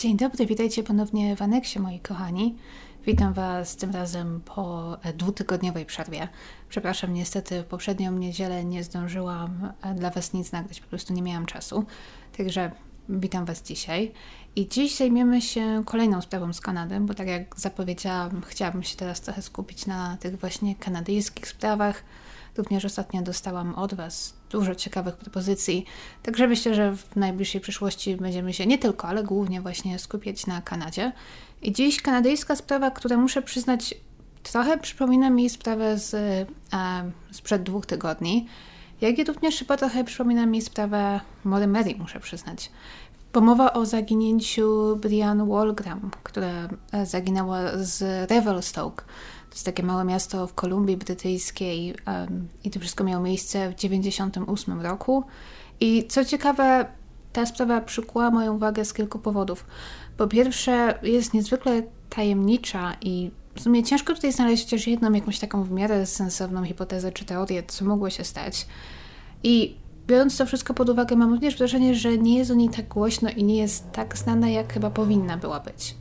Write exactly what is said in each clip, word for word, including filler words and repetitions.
Dzień dobry, witajcie ponownie w Aneksie, moi kochani. Witam Was tym razem po dwutygodniowej przerwie. Przepraszam, niestety w poprzednią niedzielę nie zdążyłam dla Was nic nagrać, po prostu nie miałam czasu. Także witam Was dzisiaj. I dziś zajmiemy się kolejną sprawą z Kanady, bo tak jak zapowiedziałam, chciałabym się teraz trochę skupić na tych właśnie kanadyjskich sprawach. Również ostatnio dostałam od Was dużo ciekawych propozycji, także myślę, że w najbliższej przyszłości będziemy się nie tylko, ale głównie właśnie skupiać na Kanadzie. I dziś kanadyjska sprawa, która muszę przyznać, trochę przypomina mi sprawę z, e, sprzed dwóch tygodni, jak i również chyba trochę przypomina mi sprawę Maury Murray, muszę przyznać. Bo mowa o zaginięciu Brianne Wolgram, która zaginęła z Revelstoke. To jest takie małe miasto w Kolumbii Brytyjskiej um, i to wszystko miało miejsce w dziewięćdziesiątym ósmym roku. I co ciekawe, ta sprawa przykuła moją uwagę z kilku powodów. Po pierwsze, jest niezwykle tajemnicza i w sumie ciężko tutaj znaleźć chociaż jedną jakąś taką w miarę sensowną hipotezę czy teorię, co mogło się stać. I biorąc to wszystko pod uwagę, mam również wrażenie, że nie jest o niej tak głośno i nie jest tak znana, jak chyba powinna była być.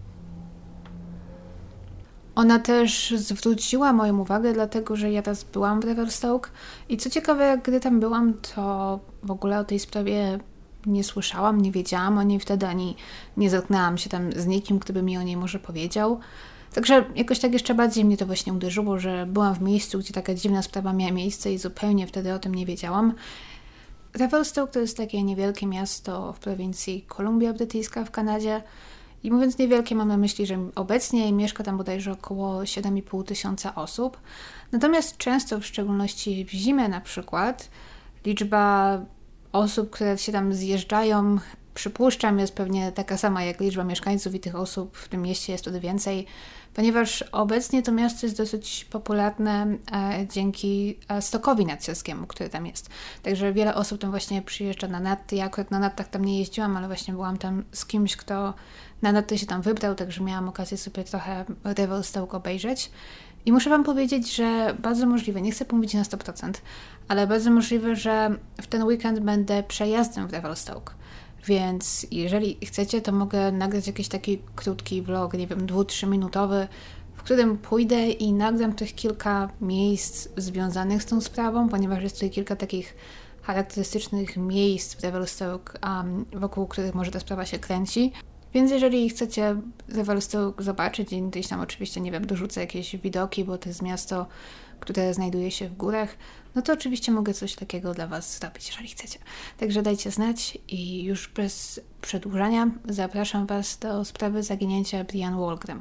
Ona też zwróciła moją uwagę, dlatego że ja raz byłam w Revelstoke i co ciekawe, gdy tam byłam, to w ogóle o tej sprawie nie słyszałam, nie wiedziałam o niej wtedy, ani nie zetknęłam się tam z nikim, kto by mi o niej może powiedział. Także jakoś tak jeszcze bardziej mnie to właśnie uderzyło, że byłam w miejscu, gdzie taka dziwna sprawa miała miejsce i zupełnie wtedy o tym nie wiedziałam. Revelstoke to jest takie niewielkie miasto w prowincji Kolumbia Brytyjska w Kanadzie. I mówiąc niewielkie, mam na myśli, że obecnie mieszka tam bodajże około siedem i pół tysiąca osób. Natomiast często, w szczególności w zimę na przykład, liczba osób, które się tam zjeżdżają, przypuszczam, jest pewnie taka sama jak liczba mieszkańców i tych osób w tym mieście jest wtedy więcej, ponieważ obecnie to miasto jest dosyć popularne e, dzięki e, stokowi narciarskiemu, który tam jest. Także wiele osób tam właśnie przyjeżdża na narty. Ja akurat na nartach tam nie jeździłam, ale właśnie byłam tam z kimś, kto na narty się tam wybrał, także miałam okazję sobie trochę Revelstoke obejrzeć. I muszę Wam powiedzieć, że bardzo możliwe, nie chcę mówić na sto procent, ale bardzo możliwe, że w ten weekend będę przejazdem w Revelstoke. Więc jeżeli chcecie, to mogę nagrać jakiś taki krótki vlog, nie wiem, dwu, trzyminutowy, w którym pójdę i nagram tych kilka miejsc związanych z tą sprawą, ponieważ jest tutaj kilka takich charakterystycznych miejsc w Revelstoke, um, wokół których może ta sprawa się kręci. Więc jeżeli chcecie Revelstoke zobaczyć i gdzieś tam oczywiście, nie wiem, dorzucę jakieś widoki, bo to jest miasto, które znajduje się w górach, no to oczywiście mogę coś takiego dla Was zrobić, jeżeli chcecie. Także dajcie znać i już bez przedłużania zapraszam Was do sprawy zaginięcia Brianne Wolgram.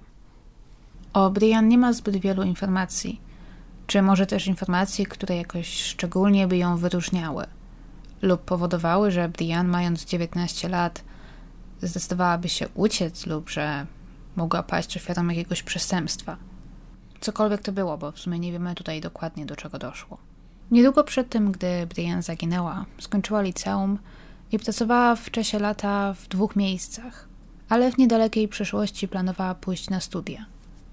O Brianne nie ma zbyt wielu informacji, czy może też informacji, które jakoś szczególnie by ją wyróżniały lub powodowały, że Brianne, mając dziewiętnaście lat, zdecydowałaby się uciec lub że mogła paść ofiarą jakiegoś przestępstwa. Cokolwiek to było, bo w sumie nie wiemy tutaj dokładnie, do czego doszło. Niedługo przed tym, gdy Brianne zaginęła, skończyła liceum i pracowała w czasie lata w dwóch miejscach, ale w niedalekiej przyszłości planowała pójść na studia.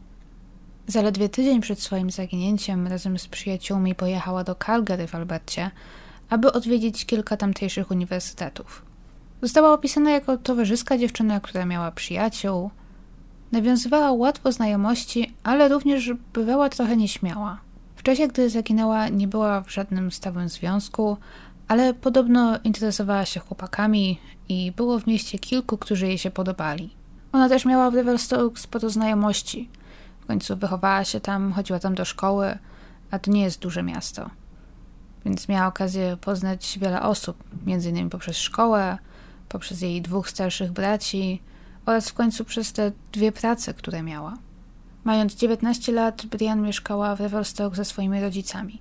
Zaledwie tydzień przed swoim zaginięciem razem z przyjaciółmi pojechała do Calgary w Albercie, aby odwiedzić kilka tamtejszych uniwersytetów. Została opisana jako towarzyska dziewczyna, która miała przyjaciół. Nawiązywała łatwo znajomości, ale również bywała trochę nieśmiała. W czasie, gdy zaginęła, nie była w żadnym stałym związku, ale podobno interesowała się chłopakami i było w mieście kilku, którzy jej się podobali. Ona też miała w Revelstoke sporo znajomości. W końcu wychowała się tam, chodziła tam do szkoły, a to nie jest duże miasto. Więc miała okazję poznać wiele osób, między innymi poprzez szkołę, poprzez jej dwóch starszych braci oraz w końcu przez te dwie prace, które miała. Mając dziewiętnaście lat, Brianne mieszkała w Revelstoke ze swoimi rodzicami.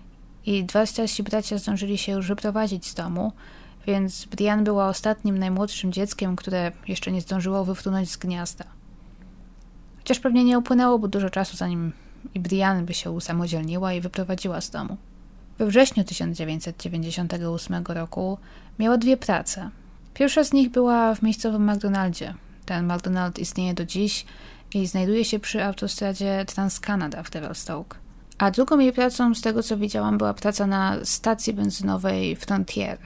I dwa starsi bracia zdążyli się już wyprowadzić z domu, więc Brianne była ostatnim, najmłodszym dzieckiem, które jeszcze nie zdążyło wyfrunąć z gniazda. Chociaż pewnie nie upłynęłoby dużo czasu, zanim i Brianne by się usamodzielniła i wyprowadziła z domu. We wrześniu tysiąc dziewięćset dziewięćdziesiątego ósmego roku miała dwie prace. Pierwsza z nich była w miejscowym McDonaldzie. Ten McDonald istnieje do dziś i znajduje się przy autostradzie Trans-Canada w Revelstoke. A drugą jej pracą, z tego co widziałam, była praca na stacji benzynowej Frontier.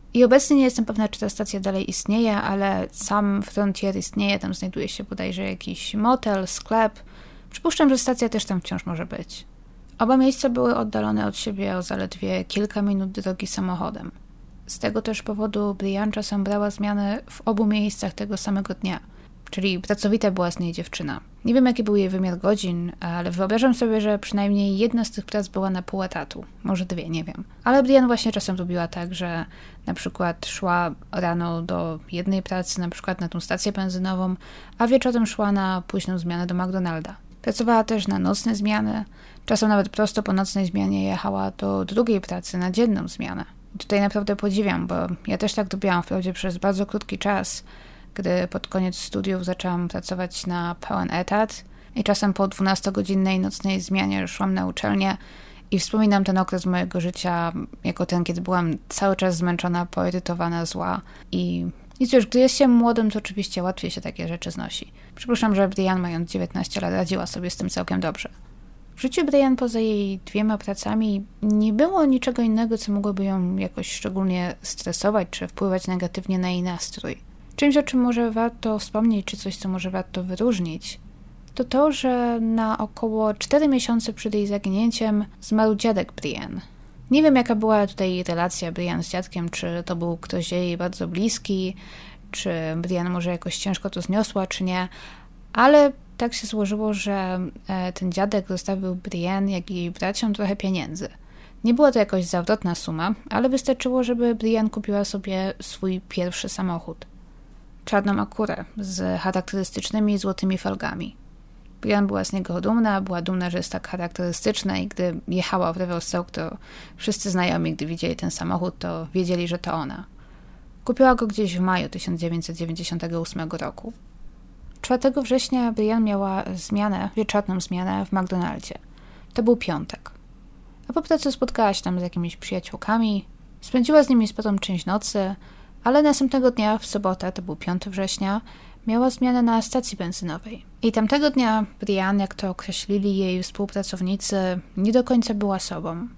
I obecnie nie jestem pewna, czy ta stacja dalej istnieje, ale sam Frontier istnieje, tam znajduje się bodajże jakiś motel, sklep. Przypuszczam, że stacja też tam wciąż może być. Oba miejsca były oddalone od siebie o zaledwie kilka minut drogi samochodem. Z tego też powodu Brian czasem brała zmiany w obu miejscach tego samego dnia. Czyli pracowita była z niej dziewczyna. Nie wiem, jaki był jej wymiar godzin, ale wyobrażam sobie, że przynajmniej jedna z tych prac była na pół etatu. Może dwie, nie wiem. Ale Brian właśnie czasem robiła tak, że na przykład szła rano do jednej pracy, na przykład na tą stację benzynową, a wieczorem szła na późną zmianę do McDonalda. Pracowała też na nocne zmiany. Czasem nawet prosto po nocnej zmianie jechała do drugiej pracy na dzienną zmianę. I tutaj naprawdę podziwiam, bo ja też tak robiłam wprawdzie przez bardzo krótki czas, gdy pod koniec studiów zaczęłam pracować na pełen etat i czasem po dwunastogodzinnej nocnej zmianie szłam na uczelnię i wspominam ten okres mojego życia jako ten, kiedy byłam cały czas zmęczona, poirytowana, zła i, i cóż, gdy jest się młodym, to oczywiście łatwiej się takie rzeczy znosi. Przypuszczam, że Brian, mając dziewiętnaście lat, radziła sobie z tym całkiem dobrze. W życiu Brian poza jej dwiema pracami nie było niczego innego, co mogłoby ją jakoś szczególnie stresować czy wpływać negatywnie na jej nastrój. Czymś, o czym może warto wspomnieć, czy coś, co może warto wyróżnić, to to, że na około cztery miesiące przed jej zaginięciem zmarł dziadek Brian. Nie wiem, jaka była tutaj relacja Brian z dziadkiem, czy to był ktoś jej bardzo bliski, czy Brian może jakoś ciężko to zniosła, czy nie, ale tak się złożyło, że ten dziadek zostawił Brian, jak i jej braciom trochę pieniędzy. Nie była to jakoś zawrotna suma, ale wystarczyło, żeby Brian kupiła sobie swój pierwszy samochód. Czarną Acurę z charakterystycznymi złotymi felgami. Brian była z niego dumna, była dumna, że jest tak charakterystyczna i gdy jechała w Revelstoke, to wszyscy znajomi, gdy widzieli ten samochód, to wiedzieli, że to ona. Kupiła go gdzieś w maju tysiąc dziewięćset dziewięćdziesiątego ósmego roku. czwartego września Brian miała zmianę, wieczorną zmianę w McDonaldzie. To był piątek. A po pracy spotkała się tam z jakimiś przyjaciółkami, spędziła z nimi sporą część nocy, ale następnego dnia, w sobotę, to był piątego września, miała zmianę na stacji benzynowej. I tamtego dnia Brian, jak to określili jej współpracownicy, nie do końca była sobą.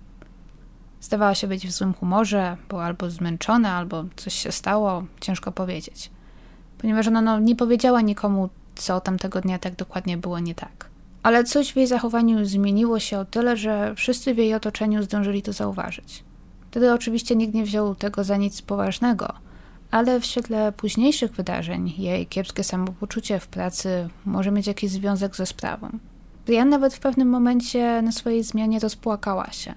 Zdawała się być w złym humorze, była albo zmęczona, albo coś się stało, ciężko powiedzieć. Ponieważ ona no, nie powiedziała nikomu, co tamtego dnia tak dokładnie było nie tak. Ale coś w jej zachowaniu zmieniło się o tyle, że wszyscy w jej otoczeniu zdążyli to zauważyć. Wtedy oczywiście nikt nie wziął tego za nic poważnego, ale w świetle późniejszych wydarzeń jej kiepskie samopoczucie w pracy może mieć jakiś związek ze sprawą. Brian nawet w pewnym momencie na swojej zmianie rozpłakała się.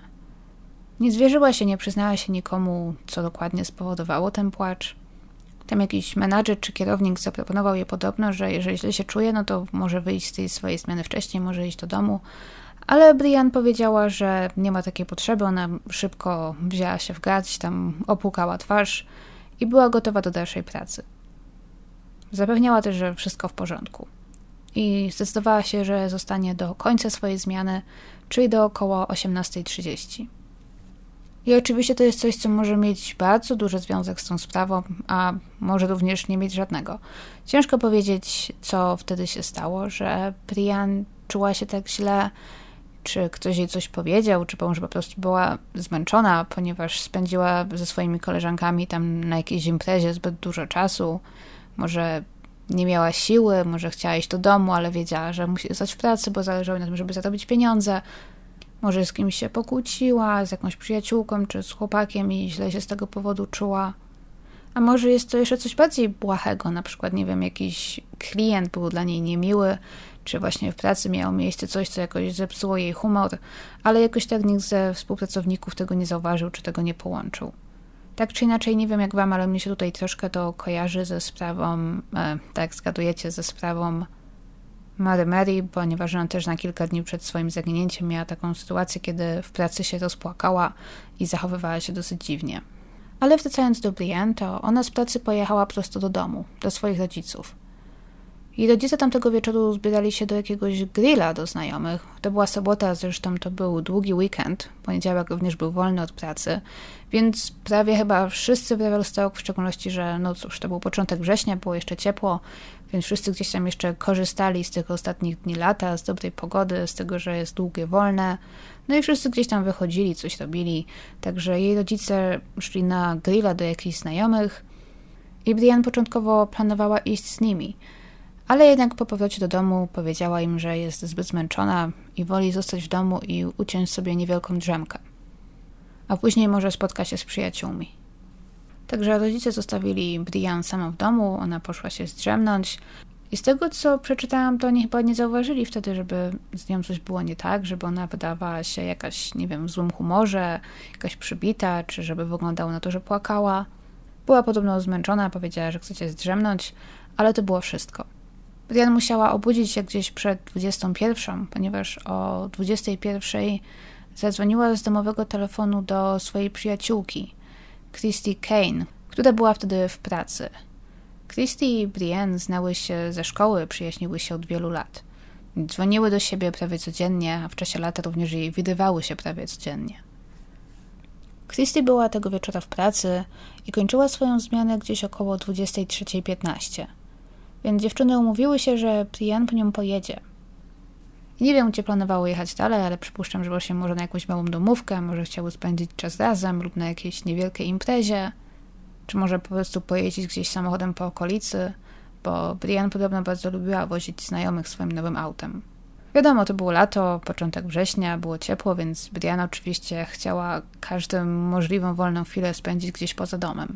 Nie zwierzyła się, nie przyznała się nikomu, co dokładnie spowodowało ten płacz. Tam jakiś menadżer czy kierownik zaproponował jej podobno, że jeżeli źle się czuje, no to może wyjść z tej swojej zmiany wcześniej, może iść do domu. Ale Brian powiedziała, że nie ma takiej potrzeby, ona szybko wzięła się w garść, tam opłukała twarz i była gotowa do dalszej pracy. Zapewniała też, że wszystko w porządku. I zdecydowała się, że zostanie do końca swojej zmiany, czyli do około osiemnastej trzydzieści. I oczywiście to jest coś, co może mieć bardzo duży związek z tą sprawą, a może również nie mieć żadnego. Ciężko powiedzieć, co wtedy się stało, że Brian czuła się tak źle, czy ktoś jej coś powiedział, czy może po prostu była zmęczona, ponieważ spędziła ze swoimi koleżankami tam na jakiejś imprezie zbyt dużo czasu. Może nie miała siły, może chciała iść do domu, ale wiedziała, że musi zostać w pracy, bo zależało na tym, żeby zarobić pieniądze. Może z kimś się pokłóciła, z jakąś przyjaciółką, czy z chłopakiem i źle się z tego powodu czuła. A może jest to jeszcze coś bardziej błahego, na przykład, nie wiem, jakiś klient był dla niej niemiły, czy właśnie w pracy miało miejsce coś, co jakoś zepsuło jej humor, ale jakoś tak nikt ze współpracowników tego nie zauważył, czy tego nie połączył. Tak czy inaczej, nie wiem jak wam, ale mnie się tutaj troszkę to kojarzy ze sprawą, e, tak zgadujecie, ze sprawą Mary Mary, ponieważ ona też na kilka dni przed swoim zaginięciem miała taką sytuację, kiedy w pracy się rozpłakała i zachowywała się dosyć dziwnie. Ale wracając do Brian, to ona z pracy pojechała prosto do domu, do swoich rodziców. I rodzice tamtego wieczoru zbierali się do jakiegoś grilla do znajomych. To była sobota, zresztą to był długi weekend. Poniedziałek również był wolny od pracy. Więc prawie chyba wszyscy w Revelstoke, w szczególności, że no cóż, to był początek września, było jeszcze ciepło, więc wszyscy gdzieś tam jeszcze korzystali z tych ostatnich dni lata, z dobrej pogody, z tego, że jest długie, wolne. No i wszyscy gdzieś tam wychodzili, coś robili. Także jej rodzice szli na grilla do jakichś znajomych i Brienne początkowo planowała iść z nimi. Ale jednak po powrocie do domu powiedziała im, że jest zbyt zmęczona i woli zostać w domu i uciąć sobie niewielką drzemkę. A później może spotka się z przyjaciółmi. Także rodzice zostawili Brienne samą w domu, ona poszła się zdrzemnąć. I z tego, co przeczytałam, to oni chyba nie zauważyli wtedy, żeby z nią coś było nie tak, żeby ona wydawała się jakaś, nie wiem, w złym humorze, jakaś przybita, czy żeby wyglądało na to, że płakała. Była podobno zmęczona, powiedziała, że chce się zdrzemnąć, ale to było wszystko. Brienne musiała obudzić się gdzieś przed dwudziestą pierwszą, ponieważ o dwudziestej pierwszej zadzwoniła z domowego telefonu do swojej przyjaciółki, Christy Kane, która była wtedy w pracy. Christy i Brienne znały się ze szkoły, przyjaźniły się od wielu lat. Dzwoniły do siebie prawie codziennie, a w czasie lata również jej widywały się prawie codziennie. Christy była tego wieczora w pracy i kończyła swoją zmianę gdzieś około dwudziestej trzeciej piętnaście. Więc dziewczyny umówiły się, że Brienne po nią pojedzie. I nie wiem, gdzie planowało jechać dalej, ale przypuszczam, że właśnie może na jakąś małą domówkę, może chciały spędzić czas razem lub na jakiejś niewielkiej imprezie, czy może po prostu pojeździć gdzieś samochodem po okolicy, bo Brienne podobno bardzo lubiła wozić znajomych swoim nowym autem. Wiadomo, to było lato, początek września, było ciepło, więc Brienne oczywiście chciała każdą możliwą wolną chwilę spędzić gdzieś poza domem.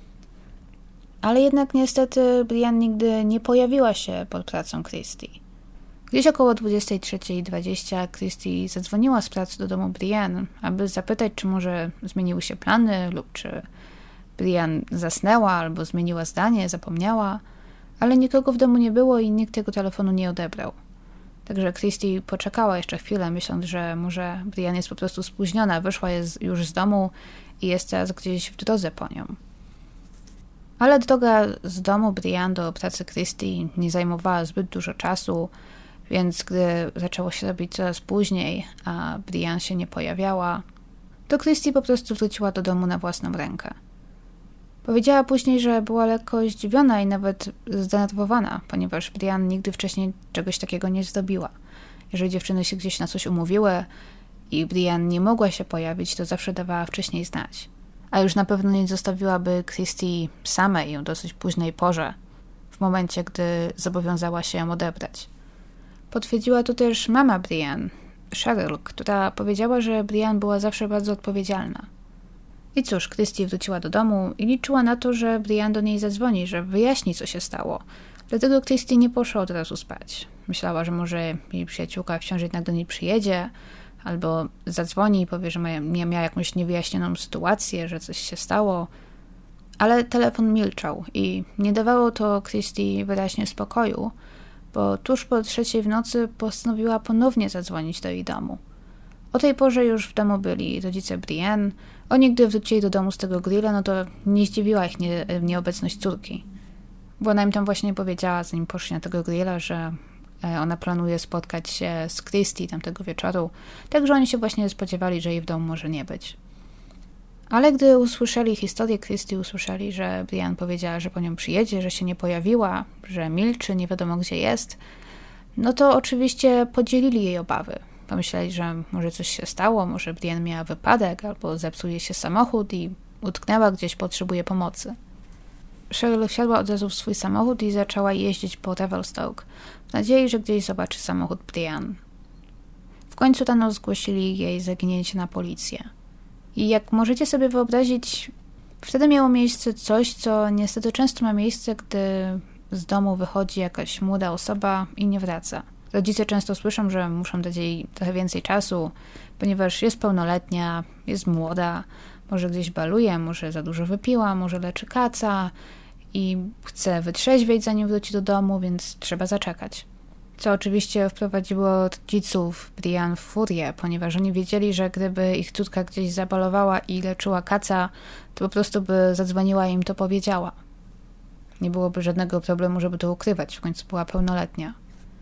Ale jednak niestety Brienne nigdy nie pojawiła się pod pracą Christy. Gdzieś około dwudziestej trzeciej dwadzieścia Christy zadzwoniła z pracy do domu Brienne, aby zapytać, czy może zmieniły się plany lub czy Brienne zasnęła albo zmieniła zdanie, zapomniała, ale nikogo w domu nie było i nikt tego telefonu nie odebrał. Także Christy poczekała jeszcze chwilę, myśląc, że może Brienne jest po prostu spóźniona, wyszła jest już z domu i jest teraz gdzieś w drodze po nią. Ale droga z domu Brienne do pracy Christy nie zajmowała zbyt dużo czasu, więc gdy zaczęło się robić coraz później, a Brienne się nie pojawiała, to Christy po prostu wróciła do domu na własną rękę. Powiedziała później, że była lekko zdziwiona i nawet zdenerwowana, ponieważ Brienne nigdy wcześniej czegoś takiego nie zrobiła. Jeżeli dziewczyny się gdzieś na coś umówiły i Brienne nie mogła się pojawić, to zawsze dawała wcześniej znać. A już na pewno nie zostawiłaby Christy samej o dosyć późnej porze, w momencie, gdy zobowiązała się ją odebrać. Potwierdziła to też mama Brienne, Cheryl, która powiedziała, że Brienne była zawsze bardzo odpowiedzialna. I cóż, Christy wróciła do domu i liczyła na to, że Brienne do niej zadzwoni, że wyjaśni, co się stało. Dlatego Christy nie poszła od razu spać. Myślała, że może jej przyjaciółka wciąż jednak do niej przyjedzie, albo zadzwoni i powie, że miała jakąś niewyjaśnioną sytuację, że coś się stało. Ale telefon milczał i nie dawało to Christy wyraźnie spokoju, bo tuż po trzeciej w nocy postanowiła ponownie zadzwonić do jej domu. O tej porze już w domu byli rodzice Brienne. Oni, gdy wrócili do domu z tego grilla, no to nie zdziwiła ich nie, nieobecność córki. Bo ona im tam właśnie powiedziała, zanim poszli na tego grilla, że ona planuje spotkać się z Christy tamtego wieczoru, także oni się właśnie spodziewali, że jej w domu może nie być. Ale gdy usłyszeli historię Christy, usłyszeli, że Brienne powiedziała, że po nią przyjedzie, że się nie pojawiła, że milczy, nie wiadomo gdzie jest, no to oczywiście podzielili jej obawy. Pomyśleli, że może coś się stało, może Brienne miała wypadek, albo zepsuje się samochód i utknęła gdzieś, potrzebuje pomocy. Cheryl wsiadła od razu w swój samochód i zaczęła jeździć po Revelstoke, w nadziei, że gdzieś zobaczy samochód Brienne. W końcu rano zgłosili jej zaginięcie na policję. I jak możecie sobie wyobrazić, wtedy miało miejsce coś, co niestety często ma miejsce, gdy z domu wychodzi jakaś młoda osoba i nie wraca. Rodzice często słyszą, że muszą dać jej trochę więcej czasu, ponieważ jest pełnoletnia, jest młoda, może gdzieś baluje, może za dużo wypiła, może leczy kaca i chce wytrzeźwieć, zanim wróci do domu, więc trzeba zaczekać. Co oczywiście wprowadziło rodziców Brienne w furię, ponieważ oni wiedzieli, że gdyby ich córka gdzieś zabalowała i leczyła kaca, to po prostu by zadzwoniła i im to powiedziała. Nie byłoby żadnego problemu, żeby to ukrywać, w końcu była pełnoletnia.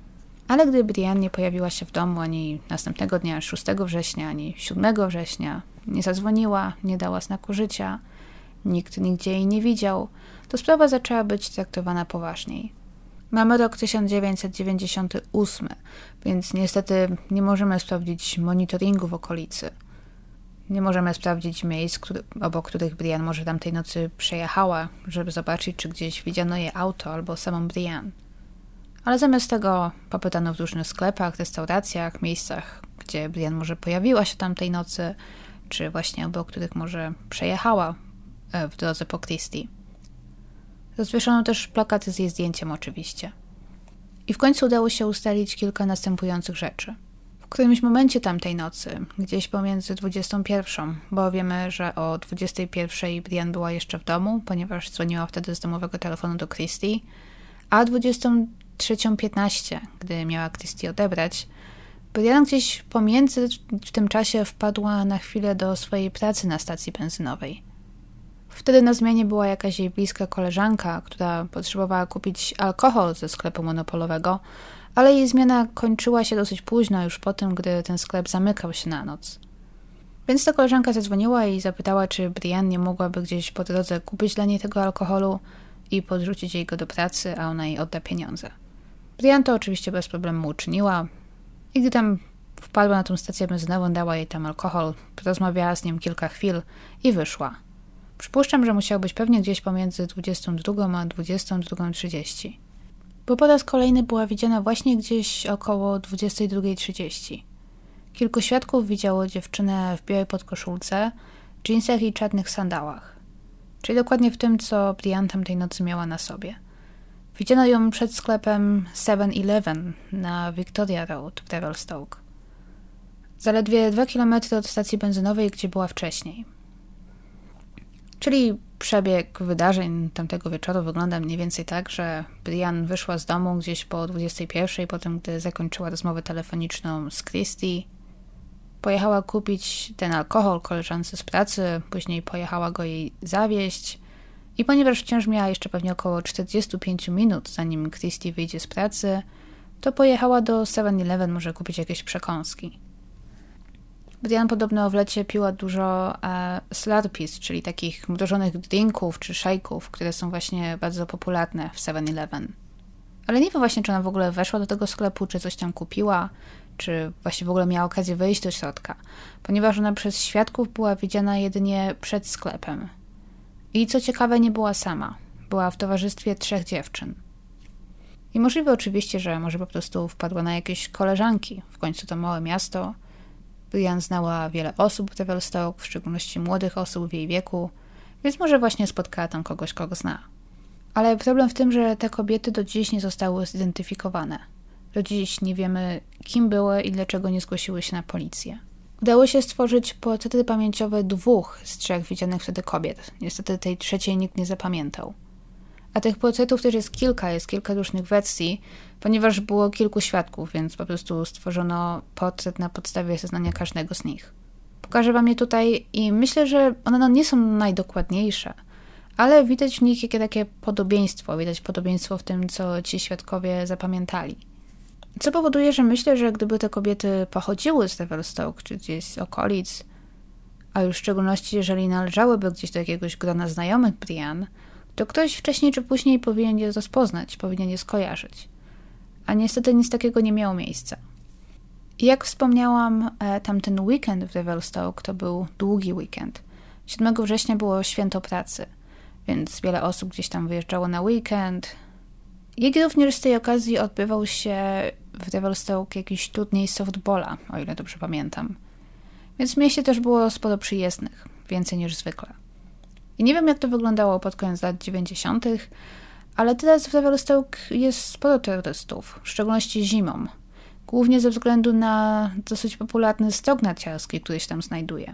Ale gdy Brianne nie pojawiła się w domu ani następnego dnia, szóstego września, ani siódmego września, nie zadzwoniła, nie dała znaku życia, nikt nigdzie jej nie widział, to sprawa zaczęła być traktowana poważniej. Mamy rok tysiąc dziewięćset dziewięćdziesiąty ósmy, więc niestety nie możemy sprawdzić monitoringu w okolicy. Nie możemy sprawdzić miejsc, który, obok których Brianne może tamtej nocy przejechała, żeby zobaczyć, czy gdzieś widziano jej auto albo samą Brianne. Ale zamiast tego popytano w różnych sklepach, restauracjach, miejscach, gdzie Brianne może pojawiła się tamtej nocy, czy właśnie obok których może przejechała w drodze po Christie. Rozwieszono też plakaty z jej zdjęciem oczywiście. I w końcu udało się ustalić kilka następujących rzeczy. W którymś momencie tamtej nocy, gdzieś pomiędzy dwudziestą pierwszą, bo wiemy, że o dwudziestej pierwszej Brianne była jeszcze w domu, ponieważ dzwoniła wtedy z domowego telefonu do Christie, a dwudziestą trzecią piętnaście, gdy miała Christie odebrać, Brianne gdzieś pomiędzy w tym czasie wpadła na chwilę do swojej pracy na stacji benzynowej. Wtedy na zmianie była jakaś jej bliska koleżanka, która potrzebowała kupić alkohol ze sklepu monopolowego, ale jej zmiana kończyła się dosyć późno, już po tym, gdy ten sklep zamykał się na noc. Więc ta koleżanka zadzwoniła i zapytała, czy Brianne nie mogłaby gdzieś po drodze kupić dla niej tego alkoholu i podrzucić jej go do pracy, a ona jej odda pieniądze. Brianne to oczywiście bez problemu uczyniła i gdy tam wpadła na tą stację benzynową, dała jej tam alkohol, porozmawiała z nim kilka chwil i wyszła. Przypuszczam, że musiał być pewnie gdzieś pomiędzy dwudziestą drugą a dwudziestą drugą trzydzieści. Bo po raz kolejny była widziana właśnie gdzieś około dwudziestej drugiej trzydzieści. Kilku świadków widziało dziewczynę w białej podkoszulce, dżinsach i czarnych sandałach. Czyli dokładnie w tym, co Brianne tamtej nocy miała na sobie. Widziano ją przed sklepem seven eleven na Victoria Road w Revelstoke. Zaledwie dwa kilometry od stacji benzynowej, gdzie była wcześniej. Czyli przebieg wydarzeń tamtego wieczoru wygląda mniej więcej tak, że Brianne wyszła z domu gdzieś po dwudziestej pierwszej, potem gdy zakończyła rozmowę telefoniczną z Christie, pojechała kupić ten alkohol koleżance z pracy, później pojechała go jej zawieźć i ponieważ wciąż miała jeszcze pewnie około czterdzieści pięć minut, zanim Christie wyjdzie z pracy, to pojechała do seven eleven może kupić jakieś przekąski. Brianne podobno w lecie piła dużo e, Slurpees, czyli takich mrożonych drinków czy szejków, które są właśnie bardzo popularne w seven eleven. Ale nie wiem właśnie, czy ona w ogóle weszła do tego sklepu, czy coś tam kupiła, czy właśnie w ogóle miała okazję wejść do środka, ponieważ ona przez świadków była widziana jedynie przed sklepem. I co ciekawe, nie była sama. Była w towarzystwie trzech dziewczyn. I możliwe oczywiście, że może po prostu wpadła na jakieś koleżanki. W końcu to małe miasto. Brianne znała wiele osób w Revelstoke, w szczególności młodych osób w jej wieku, więc może właśnie spotkała tam kogoś, kogo zna. Ale problem w tym, że te kobiety do dziś nie zostały zidentyfikowane. Do dziś nie wiemy, kim były i dlaczego nie zgłosiły się na policję. Udało się stworzyć portrety pamięciowe dwóch z trzech widzianych wtedy kobiet. Niestety tej trzeciej nikt nie zapamiętał. A tych portretów też jest kilka, jest kilka różnych wersji, ponieważ było kilku świadków, więc po prostu stworzono portret na podstawie zeznania każdego z nich. Pokażę wam je tutaj i myślę, że one no nie są najdokładniejsze, ale widać w nich jakie takie podobieństwo, widać podobieństwo w tym, co ci świadkowie zapamiętali. Co powoduje, że myślę, że gdyby te kobiety pochodziły z Revelstoke, czy gdzieś z okolic, a już w szczególności jeżeli należałyby gdzieś do jakiegoś grona znajomych Brianne, to ktoś wcześniej czy później powinien je rozpoznać, powinien je skojarzyć. A niestety nic takiego nie miało miejsca. I jak wspomniałam, tamten weekend w Revelstoke to był długi weekend. siódmego września było święto pracy, więc wiele osób gdzieś tam wyjeżdżało na weekend. Jak również z tej okazji odbywał się w Revelstoke jakiś turniej softballa, o ile dobrze pamiętam. Więc w mieście też było sporo przyjezdnych, więcej niż zwykle. I nie wiem, jak to wyglądało pod koniec lat dziewięćdziesiątych, ale teraz w Revelstoke jest sporo turystów, w szczególności zimą. Głównie ze względu na dosyć popularny stok narciarski, który się tam znajduje.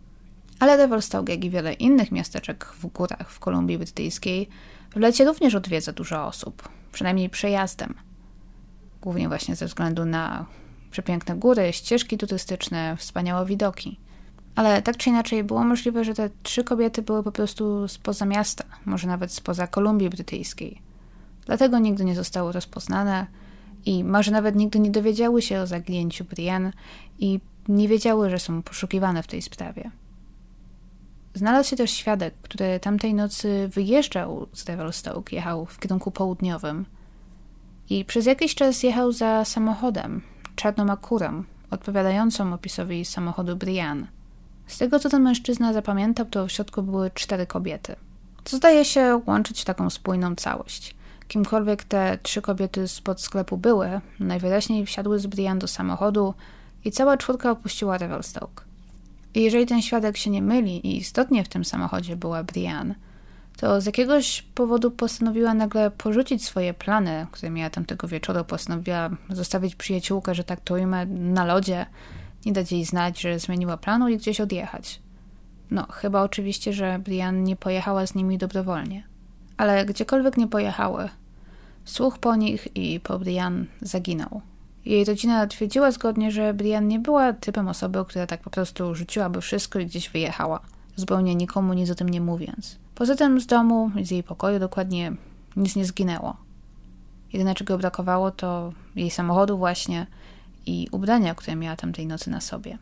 Ale Revelstoke, jak i wiele innych miasteczek w górach w Kolumbii Brytyjskiej, w lecie również odwiedza dużo osób, przynajmniej przejazdem. Głównie właśnie ze względu na przepiękne góry, ścieżki turystyczne, wspaniałe widoki. Ale tak czy inaczej było możliwe, że te trzy kobiety były po prostu spoza miasta, może nawet spoza Kolumbii Brytyjskiej. Dlatego nigdy nie zostały rozpoznane i może nawet nigdy nie dowiedziały się o zaginięciu Brienne i nie wiedziały, że są poszukiwane w tej sprawie. Znalazł się też świadek, który tamtej nocy wyjeżdżał z Revelstoke, jechał w kierunku południowym i przez jakiś czas jechał za samochodem, czarną Acurą, odpowiadającą opisowi samochodu Brienne. Z tego, co ten mężczyzna zapamiętał, to w środku były cztery kobiety, co zdaje się łączyć w taką spójną całość. Kimkolwiek te trzy kobiety spod sklepu były, najwyraźniej wsiadły z Brienne do samochodu i cała czwórka opuściła Revelstoke. I jeżeli ten świadek się nie myli i istotnie w tym samochodzie była Brienne, to z jakiegoś powodu postanowiła nagle porzucić swoje plany, które miała tamtego wieczoru. Postanowiła zostawić przyjaciółkę, że tak to ujmę, na lodzie, nie dać jej znać, że zmieniła planu i gdzieś odjechać. No, chyba oczywiście, że Brienne nie pojechała z nimi dobrowolnie. Ale gdziekolwiek nie pojechały, słuch po nich i po Brienne zaginął. Jej rodzina twierdziła zgodnie, że Brienne nie była typem osoby, która tak po prostu rzuciłaby wszystko i gdzieś wyjechała, zupełnie nikomu nic o tym nie mówiąc. Poza tym z domu, z jej pokoju dokładnie nic nie zginęło. Jedyne, czego brakowało, to jej samochodu właśnie i ubrania, które miała tamtej nocy na sobie.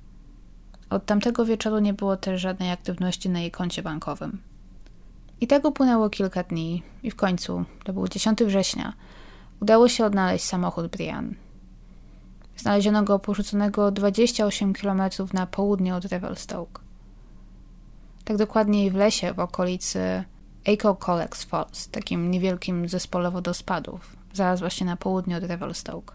Od tamtego wieczoru nie było też żadnej aktywności na jej koncie bankowym. I tak upłynęło kilka dni i w końcu, to był dziesiątego września, udało się odnaleźć samochód Brienne. Znaleziono go porzuconego dwadzieścia osiem kilometrów na południe od Revelstoke. Tak dokładniej w lesie w okolicy Acocolex Falls, takim niewielkim zespole wodospadów, zaraz właśnie na południe od Revelstoke.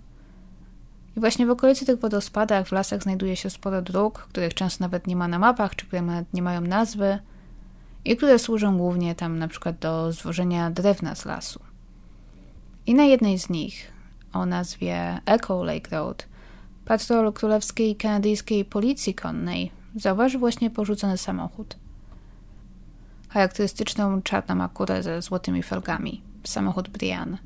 I właśnie w okolicy tych wodospadach w lasach znajduje się sporo dróg, których często nawet nie ma na mapach, czy które nawet nie mają nazwy i które służą głównie tam na przykład do zwożenia drewna z lasu. I na jednej z nich, o nazwie Echo Lake Road, patrol królewskiej kanadyjskiej policji konnej zauważył właśnie porzucony samochód. Charakterystyczną czarną Acurę ze złotymi felgami, samochód Brienne.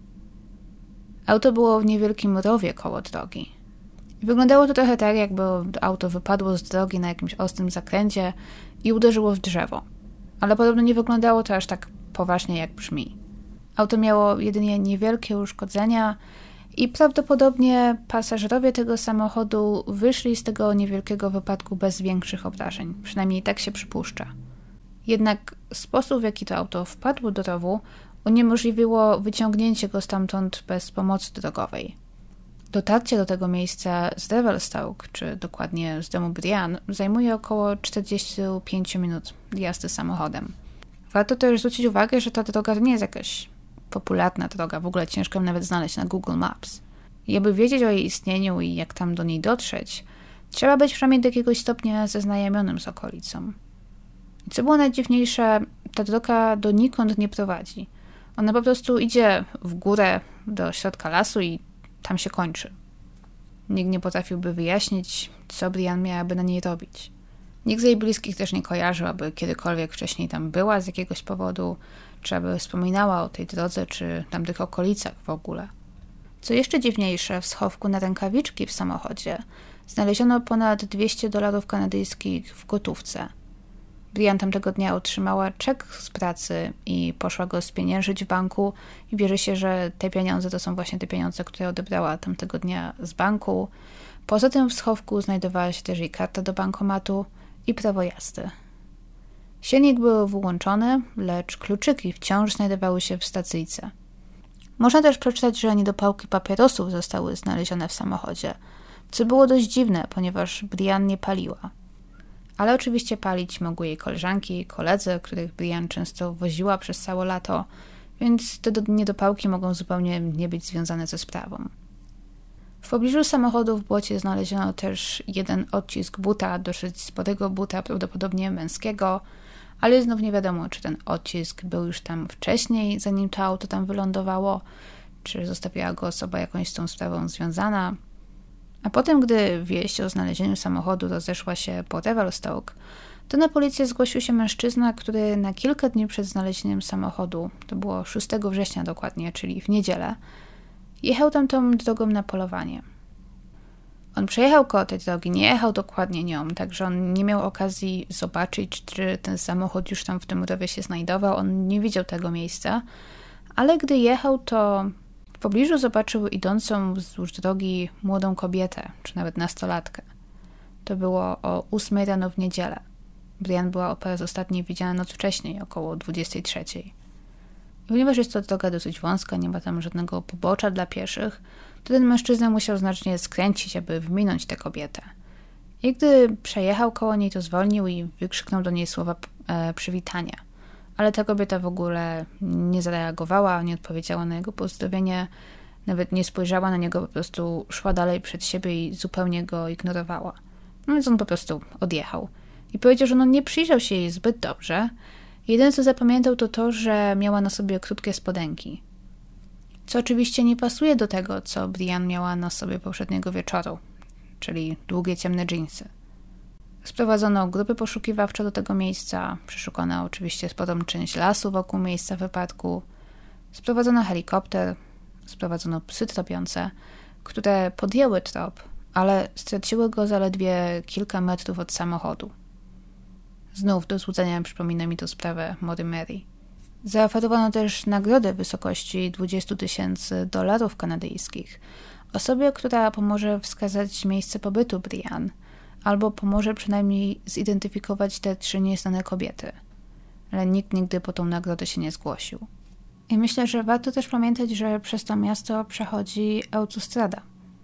Auto było w niewielkim rowie koło drogi. I wyglądało to trochę tak, jakby auto wypadło z drogi na jakimś ostrym zakręcie i uderzyło w drzewo. Ale podobno nie wyglądało to aż tak poważnie, jak brzmi. Auto miało jedynie niewielkie uszkodzenia i prawdopodobnie pasażerowie tego samochodu wyszli z tego niewielkiego wypadku bez większych obrażeń. Przynajmniej tak się przypuszcza. Jednak sposób, w jaki to auto wpadło do rowu, uniemożliwiło wyciągnięcie go stamtąd bez pomocy drogowej. Dotarcie do tego miejsca z Revelstoke, czy dokładnie z domu Brienne, zajmuje około czterdzieści pięć minut jazdy samochodem. Warto też zwrócić uwagę, że ta droga nie jest jakaś popularna droga, w ogóle ciężko ją nawet znaleźć na Google Maps. I aby wiedzieć o jej istnieniu i jak tam do niej dotrzeć, trzeba być przynajmniej do jakiegoś stopnia zaznajomionym z okolicą. I co było najdziwniejsze, ta droga donikąd nie prowadzi. Ona po prostu idzie w górę do środka lasu i tam się kończy. Nikt nie potrafiłby wyjaśnić, co Brienne miałaby na niej robić. Nikt z jej bliskich też nie kojarzył, aby kiedykolwiek wcześniej tam była z jakiegoś powodu, czy aby wspominała o tej drodze, czy tamtych okolicach w ogóle. Co jeszcze dziwniejsze, w schowku na rękawiczki w samochodzie znaleziono ponad dwieście dolarów kanadyjskich w gotówce. Brienne tamtego dnia otrzymała czek z pracy i poszła go spieniężyć w banku i wierzy się, że te pieniądze to są właśnie te pieniądze, które odebrała tamtego dnia z banku. Poza tym w schowku znajdowała się też jej karta do bankomatu i prawo jazdy. Silnik był wyłączony, lecz kluczyki wciąż znajdowały się w stacyjce. Można też przeczytać, że niedopałki papierosów zostały znalezione w samochodzie, co było dość dziwne, ponieważ Brienne nie paliła. Ale oczywiście palić mogły jej koleżanki i koledzy, których Brienne często woziła przez całe lato, więc te niedopałki mogą zupełnie nie być związane ze sprawą. W pobliżu samochodu w błocie znaleziono też jeden odcisk buta, dosyć sporego buta, prawdopodobnie męskiego, ale znów nie wiadomo, czy ten odcisk był już tam wcześniej, zanim to auto tam wylądowało, czy zostawiła go osoba jakąś z tą sprawą związana. A potem, gdy wieść o znalezieniu samochodu rozeszła się po Revelstoke, to na policję zgłosił się mężczyzna, który na kilka dni przed znalezieniem samochodu, to było szóstego września dokładnie, czyli w niedzielę, jechał tamtą drogą na polowanie. On przejechał koło tej drogi, nie jechał dokładnie nią, także on nie miał okazji zobaczyć, czy ten samochód już tam w tym rowie się znajdował. On nie widział tego miejsca, ale gdy jechał, to w pobliżu zobaczył idącą wzdłuż drogi młodą kobietę, czy nawet nastolatkę. To było o ósmej rano w niedzielę. Brian była po raz ostatni widziana noc wcześniej, około dwudziestej trzeciej. I ponieważ jest to droga dosyć wąska, nie ma tam żadnego pobocza dla pieszych, to ten mężczyzna musiał znacznie skręcić, aby wminąć tę kobietę. I gdy przejechał koło niej, to zwolnił i wykrzyknął do niej słowa e, przywitania. Ale ta kobieta w ogóle nie zareagowała, nie odpowiedziała na jego pozdrowienie, nawet nie spojrzała na niego, po prostu szła dalej przed siebie i zupełnie go ignorowała. No więc on po prostu odjechał. I powiedział, że no nie przyjrzał się jej zbyt dobrze. Jedyne, co zapamiętał, to to, że miała na sobie krótkie spodenki. Co oczywiście nie pasuje do tego, co Brian miała na sobie poprzedniego wieczoru, czyli długie, ciemne dżinsy. Sprowadzono grupy poszukiwawcze do tego miejsca, przeszukano oczywiście sporą część lasu wokół miejsca wypadku, sprowadzono helikopter, sprowadzono psy tropiące, które podjęły trop, ale straciły go zaledwie kilka metrów od samochodu. Znów do złudzenia przypomina mi to sprawę Maury Mary. Zaoferowano też nagrodę w wysokości dwadzieścia tysięcy dolarów kanadyjskich osobie, która pomoże wskazać miejsce pobytu Brian, albo pomoże przynajmniej zidentyfikować te trzy nieznane kobiety. Ale nikt nigdy po tą nagrodę się nie zgłosił. I myślę, że warto też pamiętać, że przez to miasto przechodzi autostrada.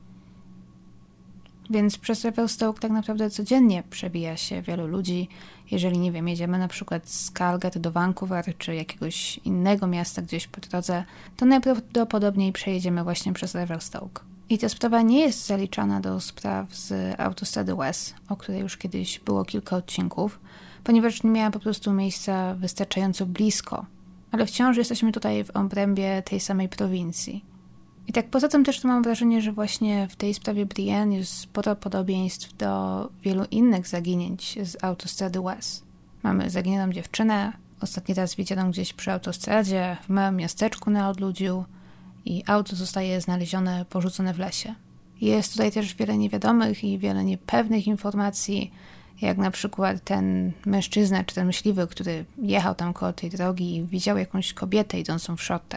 Więc przez Revelstoke tak naprawdę codziennie przewija się wielu ludzi. Jeżeli, nie wiem, jedziemy na przykład z Calgary do Vancouver, czy jakiegoś innego miasta gdzieś po drodze, to najprawdopodobniej przejedziemy właśnie przez Revelstoke. I ta sprawa nie jest zaliczana do spraw z autostrady West, o której już kiedyś było kilka odcinków, ponieważ nie miała po prostu miejsca wystarczająco blisko. Ale wciąż jesteśmy tutaj w obrębie tej samej prowincji. I tak poza tym też to mam wrażenie, że właśnie w tej sprawie Brian jest sporo podobieństw do wielu innych zaginięć z autostrady West. Mamy zaginioną dziewczynę, ostatni raz widzianą gdzieś przy autostradzie, w małym miasteczku na odludziu i auto zostaje znalezione, porzucone w lesie. Jest tutaj też wiele niewiadomych i wiele niepewnych informacji, jak na przykład ten mężczyzna czy ten myśliwy, który jechał tam koło tej drogi i widział jakąś kobietę idącą w shortach.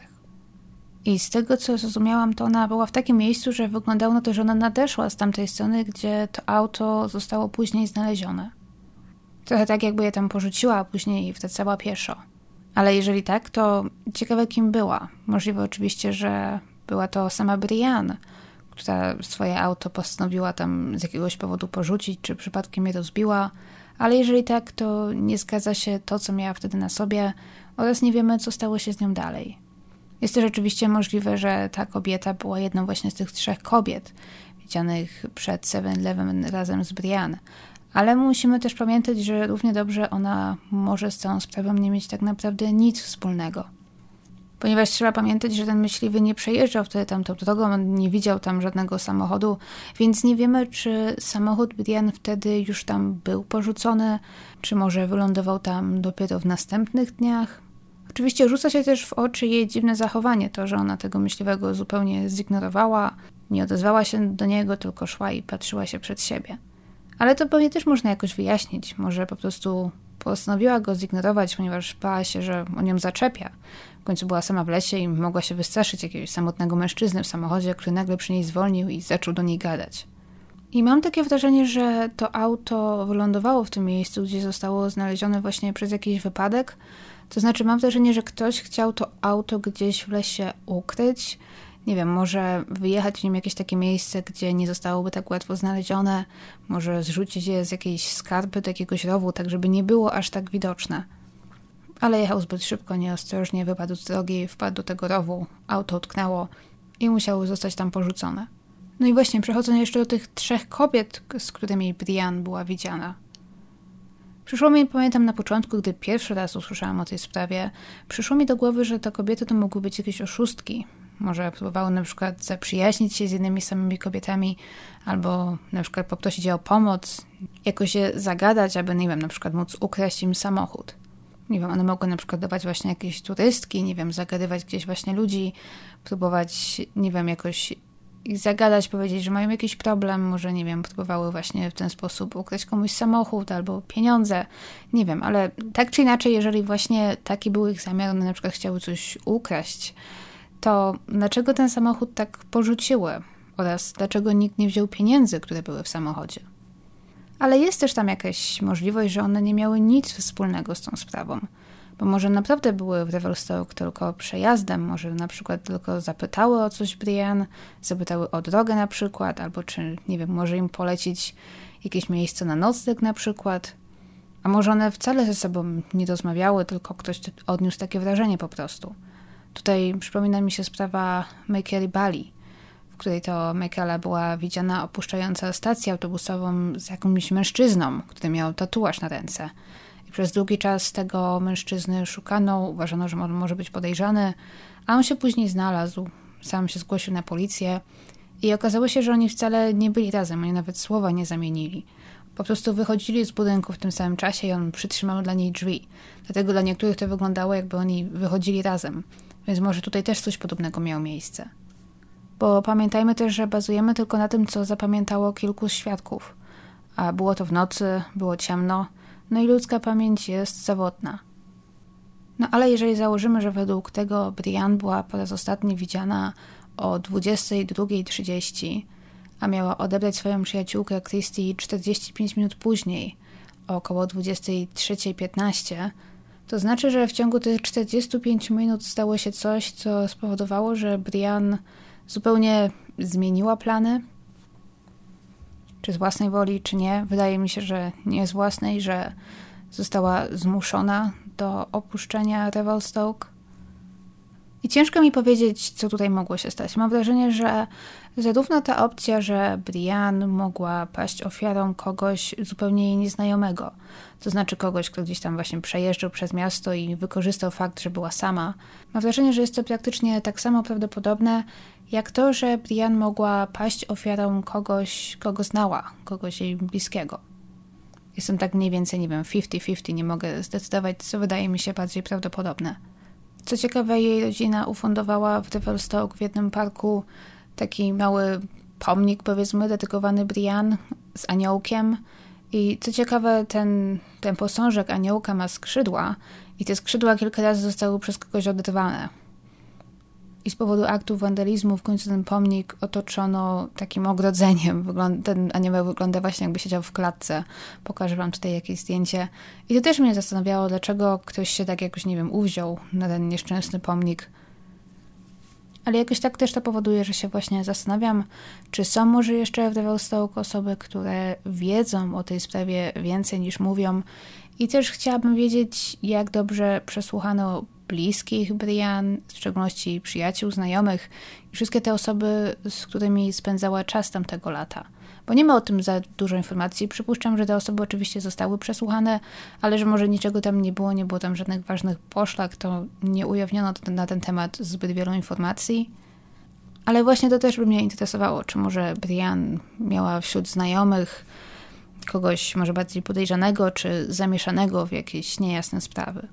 I z tego, co zrozumiałam, to ona była w takim miejscu, że wyglądało na to, że ona nadeszła z tamtej strony, gdzie to auto zostało później znalezione. Trochę tak, jakby je tam porzuciła, a później wracała pieszo. Ale jeżeli tak, to ciekawe, kim była. Możliwe oczywiście, że była to sama Brian, która swoje auto postanowiła tam z jakiegoś powodu porzucić, czy przypadkiem je rozbiła. Ale jeżeli tak, to nie zgadza się to, co miała wtedy na sobie oraz nie wiemy, co stało się z nią dalej. Jest też oczywiście możliwe, że ta kobieta była jedną właśnie z tych trzech kobiet widzianych przed seven eleven razem z Brian. Ale musimy też pamiętać, że równie dobrze ona może z całą sprawą nie mieć tak naprawdę nic wspólnego. Ponieważ trzeba pamiętać, że ten myśliwy nie przejeżdżał wtedy tamtą drogą, on nie widział tam żadnego samochodu, więc nie wiemy, czy samochód Brian wtedy już tam był porzucony, czy może wylądował tam dopiero w następnych dniach. Oczywiście rzuca się też w oczy jej dziwne zachowanie, to, że ona tego myśliwego zupełnie zignorowała, nie odezwała się do niego, tylko szła i patrzyła się przed siebie. Ale to pewnie też można jakoś wyjaśnić. Może po prostu postanowiła go zignorować, ponieważ bała się, że on ją zaczepia. W końcu była sama w lesie i mogła się wystraszyć jakiegoś samotnego mężczyzny w samochodzie, który nagle przy niej zwolnił i zaczął do niej gadać. I mam takie wrażenie, że to auto wylądowało w tym miejscu, gdzie zostało znalezione właśnie przez jakiś wypadek. To znaczy mam wrażenie, że ktoś chciał to auto gdzieś w lesie ukryć. Nie wiem, może wyjechać w nim jakieś takie miejsce, gdzie nie zostałoby tak łatwo znalezione. Może zrzucić je z jakiejś skarpy do jakiegoś rowu, tak żeby nie było aż tak widoczne. Ale jechał zbyt szybko, nieostrożnie, wypadł z drogi, wpadł do tego rowu, auto utknęło i musiało zostać tam porzucone. No i właśnie, przechodząc jeszcze do tych trzech kobiet, z którymi Brian była widziana. Przyszło mi, pamiętam na początku, gdy pierwszy raz usłyszałam o tej sprawie, przyszło mi do głowy, że te kobiety to mogły być jakieś oszustki. Może próbowały na przykład zaprzyjaźnić się z innymi samymi kobietami, albo na przykład poprosić je o pomoc, jakoś je zagadać, aby, nie wiem, na przykład móc ukraść im samochód. Nie wiem, one mogły na przykład dawać właśnie jakieś turystki, nie wiem, zagadywać gdzieś właśnie ludzi, próbować, nie wiem, jakoś ich zagadać, powiedzieć, że mają jakiś problem, może, nie wiem, próbowały właśnie w ten sposób ukraść komuś samochód albo pieniądze, nie wiem, ale tak czy inaczej, jeżeli właśnie taki był ich zamiar, one na przykład chciały coś ukraść, to dlaczego ten samochód tak porzuciły oraz dlaczego nikt nie wziął pieniędzy, które były w samochodzie? Ale jest też tam jakaś możliwość, że one nie miały nic wspólnego z tą sprawą. Bo może naprawdę były w Revelstoke tylko przejazdem, może na przykład tylko zapytały o coś Brienne, zapytały o drogę na przykład, albo czy, nie wiem, może im polecić jakieś miejsce na nocleg na przykład. A może one wcale ze sobą nie rozmawiały, tylko ktoś odniósł takie wrażenie po prostu. Tutaj przypomina mi się sprawa Michaeli Bali, w której to Michaela była widziana opuszczająca stację autobusową z jakimś mężczyzną, który miał tatuaż na ręce. I przez długi czas tego mężczyzny szukano, uważano, że on może być podejrzany, a on się później znalazł, sam się zgłosił na policję i okazało się, że oni wcale nie byli razem, oni nawet słowa nie zamienili. Po prostu wychodzili z budynku w tym samym czasie i on przytrzymał dla niej drzwi. Dlatego dla niektórych to wyglądało, jakby oni wychodzili razem, więc może tutaj też coś podobnego miało miejsce. Bo pamiętajmy też, że bazujemy tylko na tym, co zapamiętało kilku świadków. A było to w nocy, było ciemno, no i ludzka pamięć jest zawodna. No ale jeżeli założymy, że według tego Brienne była po raz ostatni widziana o dwudziestej drugiej trzydzieści, a miała odebrać swoją przyjaciółkę Christie czterdzieści pięć minut później, około dwudziestej trzeciej piętnaście, to znaczy, że w ciągu tych czterdziestu pięciu minut stało się coś, co spowodowało, że Brienne zupełnie zmieniła plany. Czy z własnej woli, czy nie. Wydaje mi się, że nie z własnej, że została zmuszona do opuszczenia Revelstoke. I ciężko mi powiedzieć, co tutaj mogło się stać. Mam wrażenie, że zarówno ta opcja, że Brienne mogła paść ofiarą kogoś zupełnie jej nieznajomego, to znaczy kogoś, kto gdzieś tam właśnie przejeżdżał przez miasto i wykorzystał fakt, że była sama. Mam wrażenie, że jest to praktycznie tak samo prawdopodobne, jak to, że Brienne mogła paść ofiarą kogoś, kogo znała, kogoś jej bliskiego. Jestem tak mniej więcej, nie wiem, pięćdziesiąt pięćdziesiąt, nie mogę zdecydować, co wydaje mi się bardziej prawdopodobne. Co ciekawe, jej rodzina ufundowała w Revelstoke w jednym parku taki mały pomnik, powiedzmy, dedykowany Brienne z aniołkiem. I co ciekawe, ten, ten posążek aniołka ma skrzydła i te skrzydła kilka razy zostały przez kogoś oderwane. I z powodu aktów wandalizmu w końcu ten pomnik otoczono takim ogrodzeniem. Wygląda, ten anioł wygląda właśnie, jakby siedział w klatce. Pokażę wam tutaj jakieś zdjęcie. I to też mnie zastanawiało, dlaczego ktoś się tak jakoś, nie wiem, uwziął na ten nieszczęsny pomnik. Ale jakoś tak też to powoduje, że się właśnie zastanawiam, czy są może jeszcze w Revelstoke osoby, które wiedzą o tej sprawie więcej niż mówią. I też chciałabym wiedzieć, jak dobrze przesłuchano bliskich Brienne, w szczególności przyjaciół, znajomych i wszystkie te osoby, z którymi spędzała czas tamtego lata. Bo nie ma o tym za dużo informacji. Przypuszczam, że te osoby oczywiście zostały przesłuchane, ale że może niczego tam nie było, nie było tam żadnych ważnych poszlak, to nie ujawniono na ten temat zbyt wielu informacji. Ale właśnie to też by mnie interesowało, czy może Brienne miała wśród znajomych kogoś może bardziej podejrzanego, czy zamieszanego w jakieś niejasne sprawy.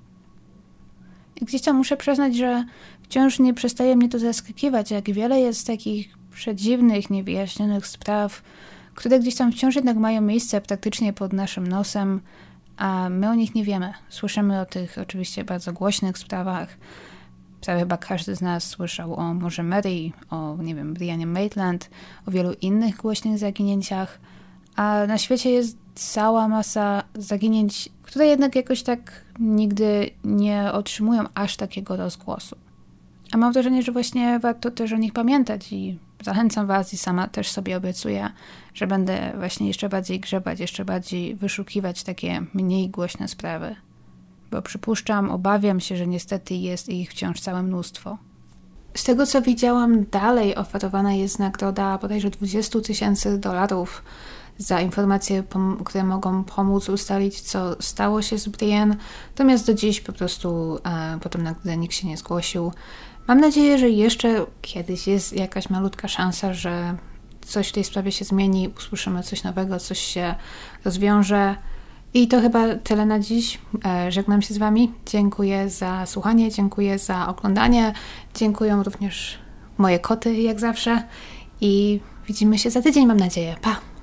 I gdzieś tam muszę przyznać, że wciąż nie przestaje mnie to zaskakiwać, jak wiele jest takich przedziwnych, niewyjaśnionych spraw, które gdzieś tam wciąż jednak mają miejsce praktycznie pod naszym nosem, a my o nich nie wiemy. Słyszymy o tych oczywiście bardzo głośnych sprawach. Prawie chyba każdy z nas słyszał o Morze Mary, o, nie wiem, Briannie Maitland, o wielu innych głośnych zaginięciach, a na świecie jest cała masa zaginięć, które jednak jakoś tak nigdy nie otrzymują aż takiego rozgłosu. A mam wrażenie, że właśnie warto też o nich pamiętać i zachęcam was i sama też sobie obiecuję, że będę właśnie jeszcze bardziej grzebać, jeszcze bardziej wyszukiwać takie mniej głośne sprawy. Bo przypuszczam, obawiam się, że niestety jest ich wciąż całe mnóstwo. Z tego, co widziałam, dalej oferowana jest nagroda bodajże dwadzieścia tysięcy dolarów za informacje, które mogą pomóc ustalić, co stało się z Brienne. Natomiast do dziś po prostu e, po tym nagrodę nikt się nie zgłosił. Mam nadzieję, że jeszcze kiedyś jest jakaś malutka szansa, że coś w tej sprawie się zmieni, usłyszymy coś nowego, coś się rozwiąże. I to chyba tyle na dziś. E, żegnam się z wami. Dziękuję za słuchanie, dziękuję za oglądanie. Dziękuję również moje koty, jak zawsze. i widzimy się za tydzień, mam nadzieję. Pa!